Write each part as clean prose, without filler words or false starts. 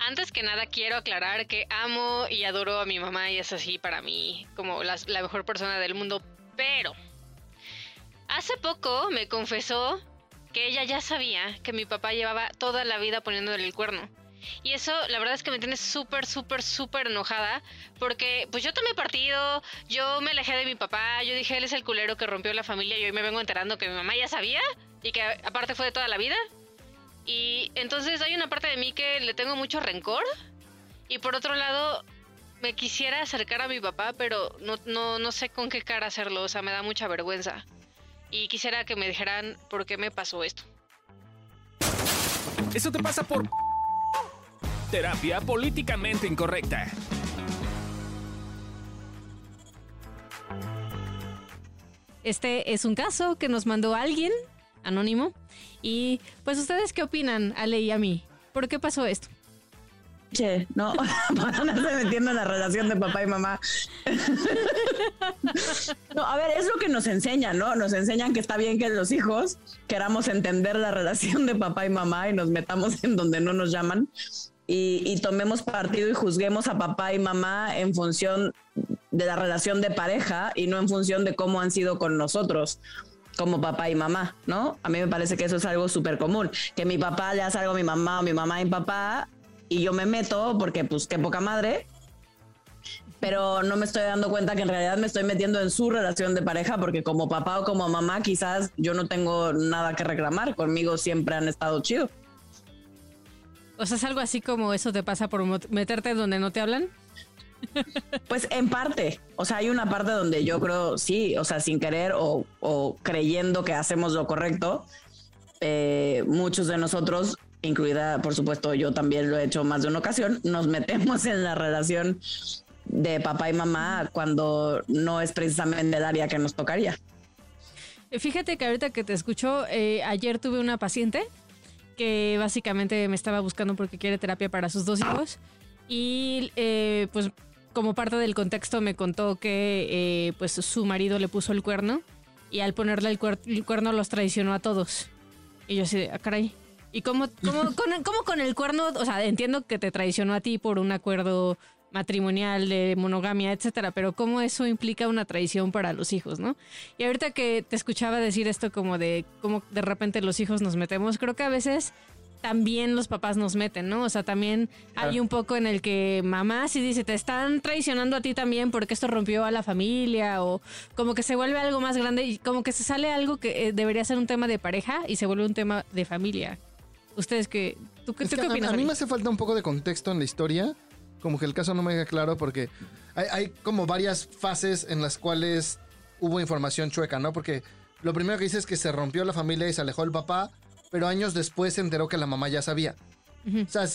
Antes que nada quiero aclarar que amo y adoro a mi mamá y es así para mí como la mejor persona del mundo, pero hace poco me confesó que ella ya sabía que mi papá llevaba toda la vida poniéndole el cuerno. Y eso la verdad es que me tiene súper enojada porque pues yo tomé partido, yo me alejé de mi papá, yo dije él es el culero que rompió la familia y hoy me vengo enterando que mi mamá ya sabía y que aparte fue de toda la vida. Y entonces hay una parte de mí que le tengo mucho rencor y por otro lado me quisiera acercar a mi papá, pero no sé con qué cara hacerlo, o sea, me da mucha vergüenza. Y quisiera que me dijeran por qué me pasó esto. Eso te pasa por terapia políticamente incorrecta. Este es un caso que nos mandó alguien anónimo. Y pues, ¿ustedes qué opinan, Ale y a mí? ¿Por qué pasó esto? Che, no, para andarse metiendo en la relación de papá y mamá. No, a ver, es lo que nos enseñan, ¿no? Nos enseñan que está bien que los hijos queramos entender la relación de papá y mamá y nos metamos en donde no nos llaman y tomemos partido y juzguemos a papá y mamá en función de la relación de pareja y no en función de cómo han sido con nosotros como papá y mamá, ¿no? A mí me parece que eso es algo súper común, que mi papá le hace algo a mi mamá o mi mamá a mi papá y yo me meto porque pues qué poca madre, pero no me estoy dando cuenta que en realidad me estoy metiendo en su relación de pareja porque como papá o como mamá quizás yo no tengo nada que reclamar, conmigo siempre han estado chido. O sea, es algo así como eso te pasa por meterte donde no te hablan. Pues en parte, o sea, hay una parte donde yo creo, sí, o sea, sin querer o creyendo que hacemos lo correcto, muchos de nosotros, incluida, por supuesto, yo también lo he hecho más de una ocasión, nos metemos en la relación de papá y mamá cuando no es precisamente el área que nos tocaría. Fíjate que ahorita que te escucho, ayer tuve una paciente que básicamente me estaba buscando porque quiere terapia para sus 2 hijos y pues como parte del contexto me contó que pues su marido le puso el cuerno y al ponerle el cuerno los traicionó a todos. Y yo así de, caray. ¿Y cómo con el cuerno? O sea, entiendo que te traicionó a ti por un acuerdo matrimonial de monogamia, etcétera, pero cómo eso implica una traición para los hijos, ¿no? Y ahorita que te escuchaba decir esto como de cómo de repente los hijos nos metemos, creo que a veces también los papás nos meten, ¿no? O sea, también hay un poco en el que mamá sí dice, te están traicionando a ti también porque esto rompió a la familia o como que se vuelve algo más grande y como que se sale algo que debería ser un tema de pareja y se vuelve un tema de familia. ¿Ustedes qué? ¿Tú qué opinas? A mí me hace falta un poco de contexto en la historia, como que el caso no me queda claro porque hay como varias fases en las cuales hubo información chueca, ¿no? Porque lo primero que dice es que se rompió la familia y se alejó el papá, pero años después se enteró que la mamá ya sabía. O sea,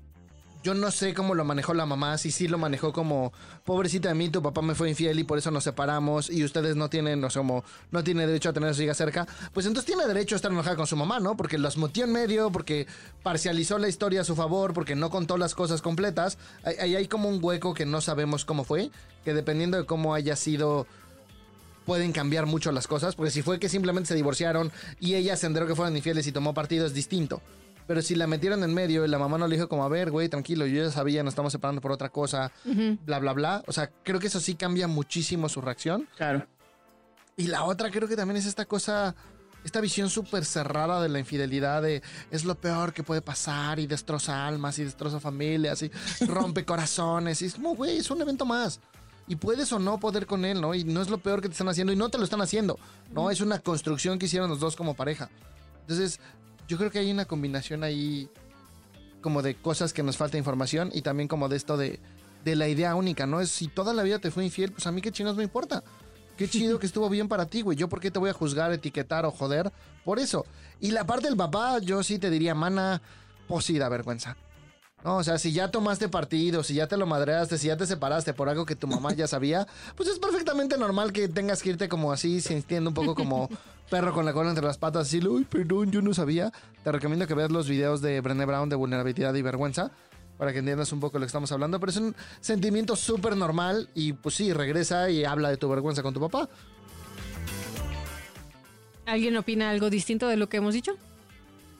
yo no sé cómo lo manejó la mamá, si sí lo manejó como, pobrecita de mí, tu papá me fue infiel y por eso nos separamos y ustedes no tienen, o sea, como no tiene derecho a tener a su hija cerca, pues entonces tiene derecho a estar enojada con su mamá, ¿no? Porque los metió en medio, porque parcializó la historia a su favor, porque no contó las cosas completas. Ahí hay como un hueco que no sabemos cómo fue, que dependiendo de cómo haya sido pueden cambiar mucho las cosas, porque si fue que simplemente se divorciaron y ella se enteró que fueron infieles y tomó partido es distinto. Pero si la metieron en medio y la mamá no le dijo como, a ver, güey, tranquilo, yo ya sabía, nos estamos separando por otra cosa, bla, bla, bla. O sea, creo que eso sí cambia muchísimo su reacción. Claro. Y la otra creo que también es esta cosa, esta visión súper cerrada de la infidelidad de es lo peor que puede pasar y destroza almas y destroza familias y rompe corazones. Y es como, güey, es un evento más. Y puedes o no poder con él, ¿no? Y no es lo peor que te están haciendo y no te lo están haciendo, ¿no? Es una construcción que hicieron los dos como pareja. Entonces, yo creo que hay una combinación ahí como de cosas que nos falta información y también como de esto de la idea única, ¿no? Es si toda la vida te fue infiel, pues a mí qué chinos me importa. Qué chido que estuvo bien para ti, güey. Yo por qué te voy a juzgar, etiquetar o joder por eso. Y la parte del papá, yo sí te diría, mana, pues sí da vergüenza. No, o sea, si ya tomaste partido, si ya te lo madreaste, si ya te separaste por algo que tu mamá ya sabía, pues es perfectamente normal que tengas que irte como así, sintiendo un poco como perro con la cola entre las patas, así, uy, perdón, yo no sabía. Te recomiendo que veas los videos de Brené Brown de vulnerabilidad y vergüenza, para que entiendas un poco lo que estamos hablando, pero es un sentimiento súper normal y pues sí, regresa y habla de tu vergüenza con tu papá. ¿Alguien opina algo distinto de lo que hemos dicho?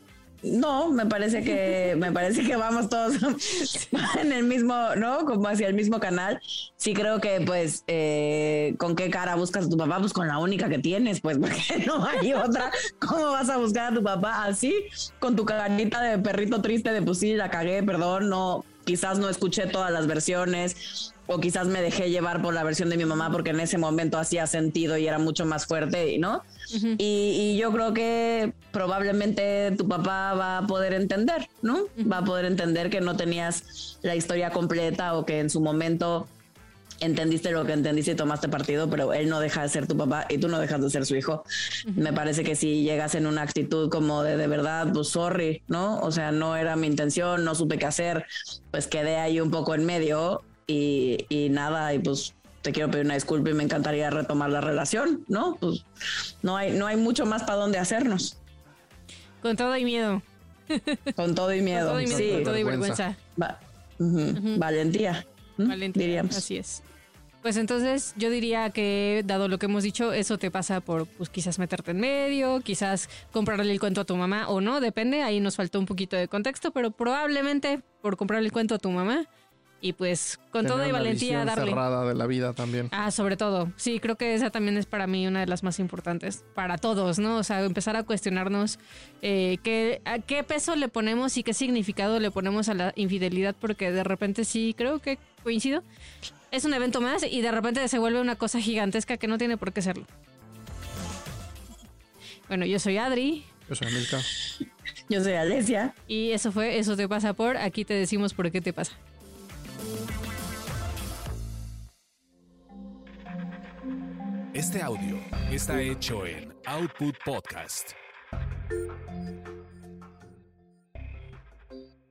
No, me parece que vamos todos en el mismo, ¿no? Como hacia el mismo canal. Sí creo que, pues, ¿con qué cara buscas a tu papá? Pues con la única que tienes, pues, porque no hay otra. ¿Cómo vas a buscar a tu papá así? Con tu carita de perrito triste de, pues sí, la cagué, perdón, no, quizás no escuché todas las versiones, o quizás me dejé llevar por la versión de mi mamá porque en ese momento hacía sentido y era mucho más fuerte, ¿no? Uh-huh. Y yo creo que probablemente tu papá va a poder entender, ¿no? Uh-huh. Va a poder entender que no tenías la historia completa o que en su momento entendiste lo que entendiste y tomaste partido, pero él no deja de ser tu papá y tú no dejas de ser su hijo. Uh-huh. Me parece que si llegas en una actitud como de verdad, pues sorry, ¿no? O sea, no era mi intención, no supe qué hacer, pues quedé ahí un poco en medio y nada, y pues te quiero pedir una disculpa y me encantaría retomar la relación, ¿no? Pues no hay mucho más para dónde hacernos. Con todo y miedo. Con todo y miedo. Con todo y miedo, sí. Con todo y vergüenza. Valentía. Valentía, diríamos. Así es. Pues entonces yo diría que, dado lo que hemos dicho, eso te pasa por, pues quizás meterte en medio, quizás comprarle el cuento a tu mamá o no, depende, ahí nos faltó un poquito de contexto, pero probablemente por comprarle el cuento a tu mamá y pues con toda y valentía darle. Cerrada de la vida también. Sobre todo, sí, creo que esa también es para mí una de las más importantes, para todos, ¿no? O sea, empezar a cuestionarnos a qué peso le ponemos y qué significado le ponemos a la infidelidad, porque de repente sí, creo que coincido. Es un evento más y de repente se vuelve una cosa gigantesca que no tiene por qué serlo. Bueno, yo soy Adri. Yo soy Amilcar. Yo soy Alesia. Y eso fue Eso te pasa por Aquí te decimos por qué te pasa. Este audio está hecho en Output Podcast.